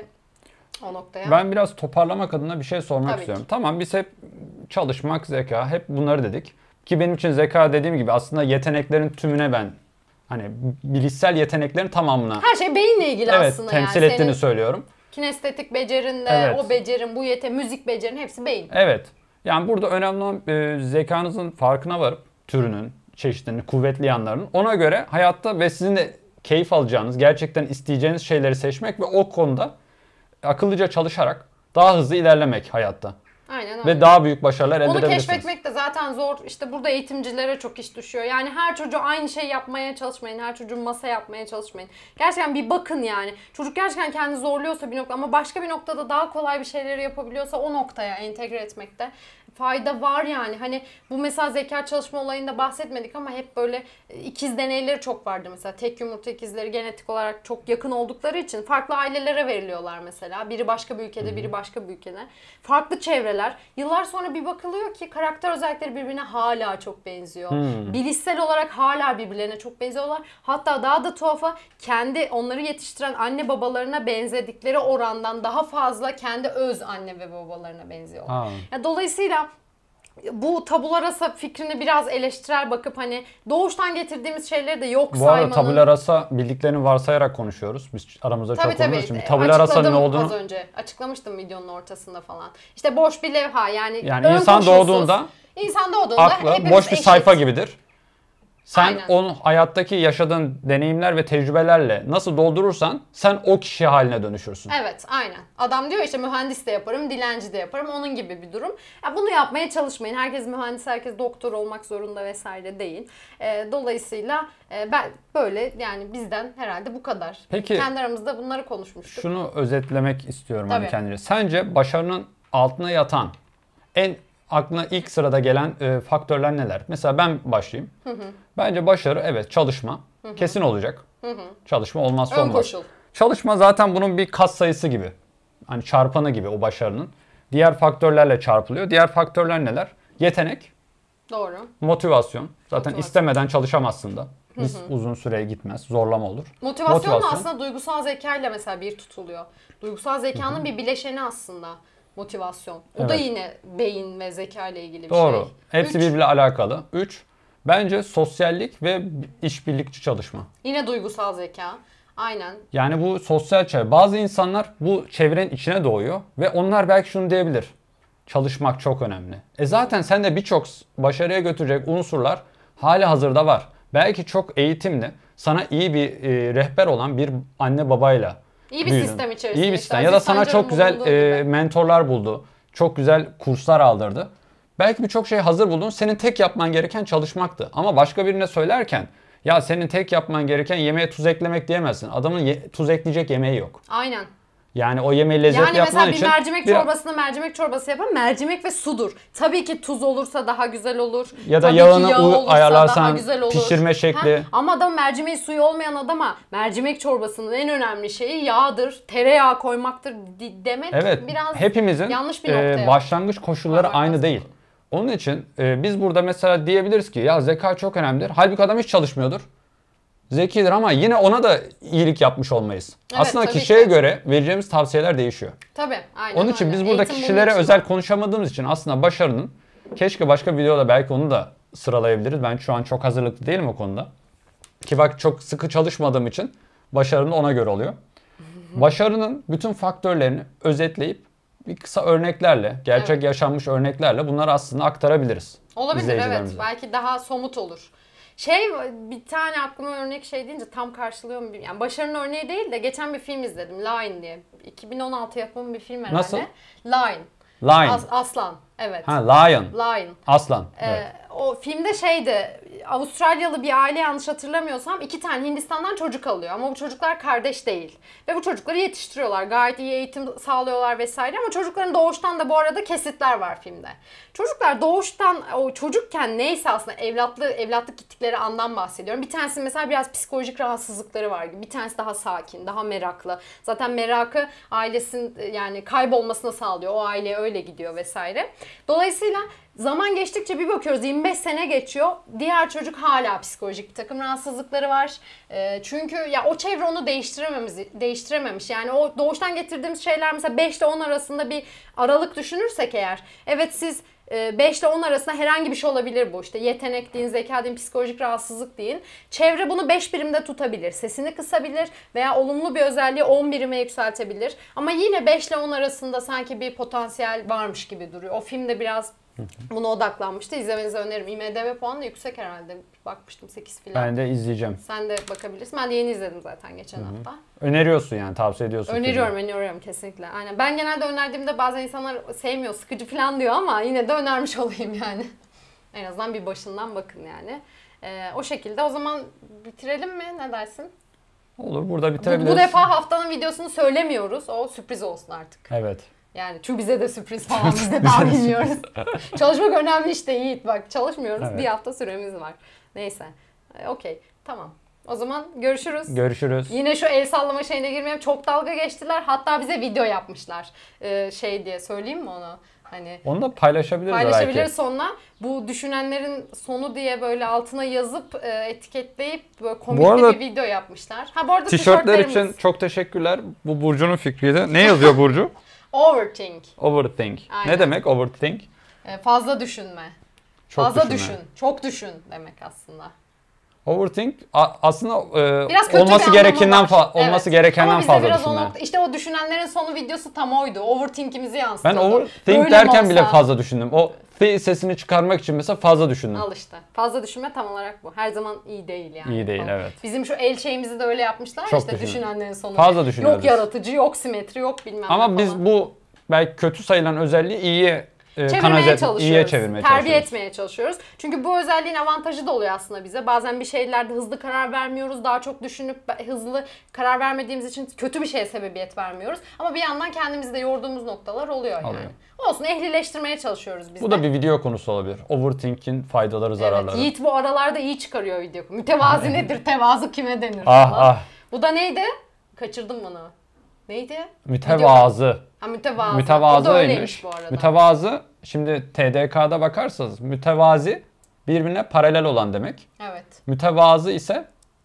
o noktaya. Ben biraz toparlamak adına bir şey sormak Tabii istiyorum. ki. Tamam biz hep çalışmak, zeka hep bunları dedik. Ki benim için zeka dediğim gibi aslında yeteneklerin tümüne ben hani bilişsel yeteneklerin tamamına Her şey beyinle ilgili evet aslında temsil yani. ettiğini Senin söylüyorum. kinestetik becerin de, Evet. o becerin, bu yete, müzik becerin hepsi beyin. Evet. Yani burada önemli olan e, zekanızın farkına varıp türünün, çeşitlerinin, kuvvetli yanlarının ona göre hayatta ve sizin de keyif alacağınız, gerçekten isteyeceğiniz şeyleri seçmek ve o konuda akıllıca çalışarak daha hızlı ilerlemek hayatta. Aynen öyle. Ve daha büyük başarılar elde Onu edebilirsiniz. keşfetmek de zaten zor. İşte burada eğitimcilere çok iş düşüyor. Yani her çocuğu aynı şey yapmaya çalışmayın. Her çocuğun masa yapmaya çalışmayın. Gerçekten bir bakın yani. Çocuk gerçekten kendini zorluyorsa bir nokta ama başka bir noktada daha kolay bir şeyleri yapabiliyorsa o noktaya entegre etmekte fayda var yani. Hani bu mesela zeka çalışma olayında bahsetmedik ama hep böyle ikiz deneyleri çok vardı mesela. Tek yumurta ikizleri genetik olarak çok yakın oldukları için farklı ailelere veriliyorlar mesela. Biri başka bir ülkede, biri başka bir ülkede. Farklı çevreler. Yıllar sonra bir bakılıyor ki karakter özellikleri birbirine hala çok benziyor. Hmm. Bilişsel olarak hala birbirlerine çok benziyorlar. Hatta daha da tuhafa kendi onları yetiştiren anne babalarına benzedikleri orandan daha fazla kendi öz anne ve babalarına benziyorlar. Ha. Ya dolayısıyla bu tabula rasa fikrini biraz eleştirel bakıp hani doğuştan getirdiğimiz şeyleri de yok Bu saymanın... arada tabula rasa bildiklerini varsayarak konuşuyoruz. Biz aramızda Tabii çok tabii. olduğumuz için. E, Tabula rasanın ne açıkladım olduğunu... az önce. Açıklamıştım videonun ortasında falan. İşte boş bir levha yani, Yani ön insan koşulsuz. doğduğunda İnsan doğduğunda aklı hepimiz boş bir eşit. sayfa gibidir. Sen Aynen. onun hayattaki yaşadığın deneyimler ve tecrübelerle nasıl doldurursan sen o kişi haline dönüşürsün. Evet aynen. Adam diyor işte mühendis de yaparım, dilenci de yaparım. Onun gibi bir durum. Ya bunu yapmaya çalışmayın. Herkes mühendis, herkes doktor olmak zorunda vesaire değil. E, dolayısıyla e, ben böyle yani bizden herhalde bu kadar. Peki, Kendi aramızda bunları konuşmuştuk. Şunu özetlemek istiyorum hani Tabii. kendine. Sence başarının altına yatan en aklına ilk sırada gelen e, faktörler neler? Mesela ben başlayayım. Hı hı. Bence başarı evet çalışma. Hı hı. Kesin olacak. Hı hı. Çalışma olmazsa Ön olmaz. koşul. Çalışma zaten bunun bir kat sayısı gibi. Hani çarpanı gibi o başarının. Diğer faktörlerle çarpılıyor. Diğer faktörler neler? Yetenek, Doğru. motivasyon. Zaten Motivasyon. istemeden çalışamazsın da. Biz uzun süre gitmez. Zorlama olur. Motivasyon, da Motivasyon. aslında duygusal zekayla mesela bir tutuluyor. Duygusal zekanın bir bileşeni aslında motivasyon. O da Evet. yine beyin ve zeka ile ilgili bir Doğru. şey. Hepsi Üç, birbiriyle alakalı. Üç, bence sosyallik ve işbirlikçi çalışma. Yine duygusal zeka. Aynen. Yani bu sosyal çevre. Bazı insanlar bu çevrenin içine doğuyor ve onlar belki şunu diyebilir. Çalışmak çok önemli. E zaten sende birçok başarıya götürecek unsurlar hali hazırda var. Belki çok eğitimli, sana iyi bir e, rehber olan bir anne babayla İyi bir büyüdün. sistem içerisinde. İyi bir İşte sistem. Ya da Aziz sana Sancar'ın çok güzel bulunduğu e, gibi. mentorlar buldu. Çok güzel kurslar aldırdı. Belki birçok şey hazır buldun. Senin tek yapman gereken çalışmaktı. Ama başka birine söylerken ya senin tek yapman gereken yemeğe tuz eklemek diyemezsin. Adamın ye- tuz ekleyecek yemeği yok. Aynen. Yani o yemeği lezzetli Yani yapman mesela bir için mercimek bir- çorbasına mercimek çorbası yapan mercimek ve sudur. Tabii ki tuz olursa daha güzel olur. Ya da Tabii yağını ki yağ u- olursa ayarlarsan, daha güzel olur. pişirme şekli. Ha? Ama adam mercimeği suyu olmayan adama mercimek çorbasının en önemli şeyi yağdır, tereyağı koymaktır di- demek Evet, biraz hepimizin yanlış bir e, noktaya. başlangıç koşulları Parmak aynı bastı. değil. Onun için e, biz burada mesela diyebiliriz ki ya zeka çok önemlidir. Halbuki adam hiç çalışmıyordur. Zekidir ama yine ona da iyilik yapmış olmayız. Evet, Aslında tabii kişiye ki. göre vereceğimiz tavsiyeler değişiyor. Tabii, aynen Onun için öyle. biz burada Eğitim bunun kişilere için özel var. konuşamadığımız için aslında başarının keşke başka bir videoda belki onu da sıralayabiliriz. Ben şu an çok hazırlıklı değilim o konuda. Ki bak çok sıkı çalışmadığım için Başarının ona göre oluyor. Başarının bütün faktörlerini özetleyip bir kısa örneklerle, gerçek evet. yaşanmış örneklerle bunları aslında aktarabiliriz. Olabilir evet. Belki daha somut olur. Şey bir tane aklıma örnek şey deyince tam karşılıyor mu? Yani başarının örneği değil de geçen bir film izledim. Line diye. iki bin on altı yapımı bir film herhalde. Nasıl? Line. Lion. As, aslan. Evet. Ha Lion. Lion. Aslan. Ee, evet. O filmde şeydi, Avustralyalı bir aile yanlış hatırlamıyorsam iki tane Hindistan'dan çocuk alıyor ama bu çocuklar kardeş değil. Ve bu çocukları yetiştiriyorlar. Gayet iyi eğitim sağlıyorlar vesaire ama çocukların doğuştan da bu arada kesitler var filmde. Çocuklar doğuştan o çocukken neyse aslında evlatlı evlatlık gittikleri andan bahsediyorum. Bir tanesi mesela biraz psikolojik rahatsızlıkları var gibi. Bir tanesi daha sakin, daha meraklı. Zaten merakı ailesinin yani kaybolmasına sağlıyor. O aileye öyle gidiyor vesaire. Dolayısıyla zaman geçtikçe bir bakıyoruz yirmi beş sene geçiyor. Diğer çocuk hala psikolojik bir takım rahatsızlıkları var. E, çünkü ya o çevre onu değiştirememiş, değiştirememiş. Yani o doğuştan getirdiğimiz şeyler mesela beş ile on arasında bir aralık düşünürsek eğer. Evet siz beş ile on arasında herhangi bir şey olabilir bu. İşte yetenek deyin, zeka deyin, psikolojik rahatsızlık deyin. Çevre bunu beş birimde tutabilir. Sesini kısabilir veya olumlu bir özelliği on birime yükseltebilir. Ama yine beş ile on arasında sanki bir potansiyel varmış gibi duruyor. O filmde biraz buna odaklanmıştı. İzlemenizi öneririm. I M D B puanı da yüksek herhalde. Bakmıştım sekiz falan. Ben de izleyeceğim. Sen de bakabilirsin. Ben de yeni izledim zaten geçen Hı-hı. hafta. Öneriyorsun yani, tavsiye ediyorsun. Öneriyorum, filmi. öneriyorum kesinlikle. Aynen. Ben genelde önerdiğimde bazen insanlar sevmiyor, sıkıcı falan diyor ama yine de önermiş olayım yani. En azından bir başından bakın yani. Ee, o şekilde. O zaman bitirelim mi? Ne dersin? Olur, burada bitirebiliriz. Bu, bu defa haftanın videosunu söylemiyoruz. O sürpriz olsun artık. Evet. Yani çünkü bize de sürpriz falan, biz de daha bilmiyoruz. Çalışmak önemli işte Yiğit, bak çalışmıyoruz, evet. Bir hafta süremiz var. Neyse, e, okey, tamam. O zaman görüşürüz. Görüşürüz. Yine şu el sallama şeyine girmeyeyim, çok dalga geçtiler, hatta bize video yapmışlar. Ee, şey diye söyleyeyim mi onu? Hani onu da paylaşabiliriz Paylaşabiliriz belki. sonra. Bu düşünenlerin sonu diye böyle altına yazıp e, etiketleyip böyle komik bu arada, bir video yapmışlar. Ha bu arada tişörtler için çok teşekkürler. Bu Burcu'nun fikriydi. Ne yazıyor Burcu? Overthink. Overthink. Aynen. Ne demek overthink? Ee, fazla düşünme. Çok Fazla düşünme. düşün. Çok düşün demek aslında. Overthink aslında e, biraz kötü olması gerekenden fa- olması evet. gerekenden Ama fazla biraz düşünme. Onu, işte o düşünenlerin sonu videosu tam oydu. Overthink'imizi yansıtıyordu. Ben overthink Böyle derken olsa... bile fazla düşündüm. O th sesini çıkarmak için mesela fazla düşündüm. Al işte. Fazla düşünme tam olarak bu. Her zaman iyi değil yani. İyi değil evet. Bizim şu el şeyimizi de öyle yapmışlar Çok işte düşünün. düşünenlerin sonu. Fazla düşünüyoruz. Yok yaratıcı, yok simetri, yok bilmem ne Ama falan. biz bu belki kötü sayılan özelliği iyiye çevirmeye çalışıyoruz. İyiye çevirmeye terbiye çalışıyoruz. etmeye çalışıyoruz. Çünkü bu özelliğin avantajı da oluyor aslında bize. Bazen bir şeylerde hızlı karar vermiyoruz. Daha çok düşünüp hızlı karar vermediğimiz için kötü bir şeye sebebiyet vermiyoruz. Ama bir yandan kendimizi de yorduğumuz noktalar oluyor yani. Oluyor. Olsun, ehlileştirmeye çalışıyoruz biz Bu de. da bir video konusu olabilir. Overthink'in faydaları, zararları. Evet, Yiğit bu aralarda iyi çıkarıyor video. Mütevazi nedir? Tevazu kime denir? Ah ah. Bu da neydi? Kaçırdım bunu. Neydi? Mütevazı. Ha mütevazı. Mütevazı o da öyleymiş bu arada. Mütevazı, şimdi T D K'da bakarsanız mütevazi birbirine paralel olan demek. Evet. Mütevazı ise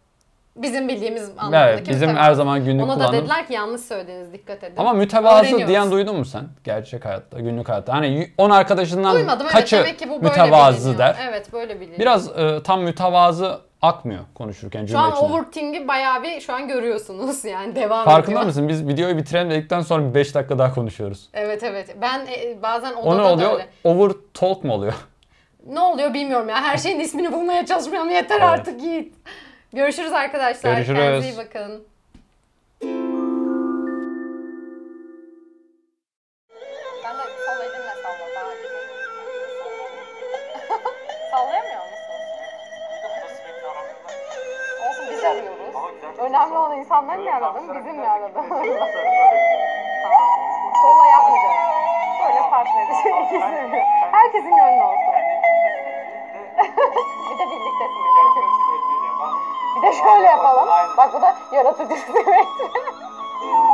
bizim bildiğimiz anlamdaki evet, bizim mütevazı. her zaman günlük Ona kullandığımız. da dediler ki yanlış söylediniz, dikkat edin. Ama mütevazı diyen duydun mu sen? Gerçek hayatta, günlük hayatta. Hani on arkadaşından Duymadım, kaçı evet, demek ki bu böyle mütevazı biliniyor. Der. Evet, böyle biliniyor. Biraz e, tam mütevazı akmıyor konuşurken cümle içinde. Şu an overthink'i bayağı bir şu an görüyorsunuz yani devam Farkında ediyor. mısın? Biz videoyu bitirelim dedikten sonra bir beş dakika daha konuşuyoruz. Evet evet. Ben e, bazen odada o ne oluyor? da öyle. Over talk mu oluyor? Ne oluyor bilmiyorum ya. Her şeyin ismini bulmaya çalışmıyorum. Yeter evet. artık Yiğit. Görüşürüz arkadaşlar. Görüşürüz. Kendinize iyi bakın. Ben de sol elimle salla daha güzel. Sallayamıyor musun? Olsun, biz arıyoruz. Önemli olan insanlar ne aradın? Bizim mi aradın? Tamam. Solla yapmayacağız. Böyle farklı ikisini. Herkesin gönlü olsun. Bir de birliktesiniz. Bir de şöyle yapalım. Bak bu da yaratıcı demek.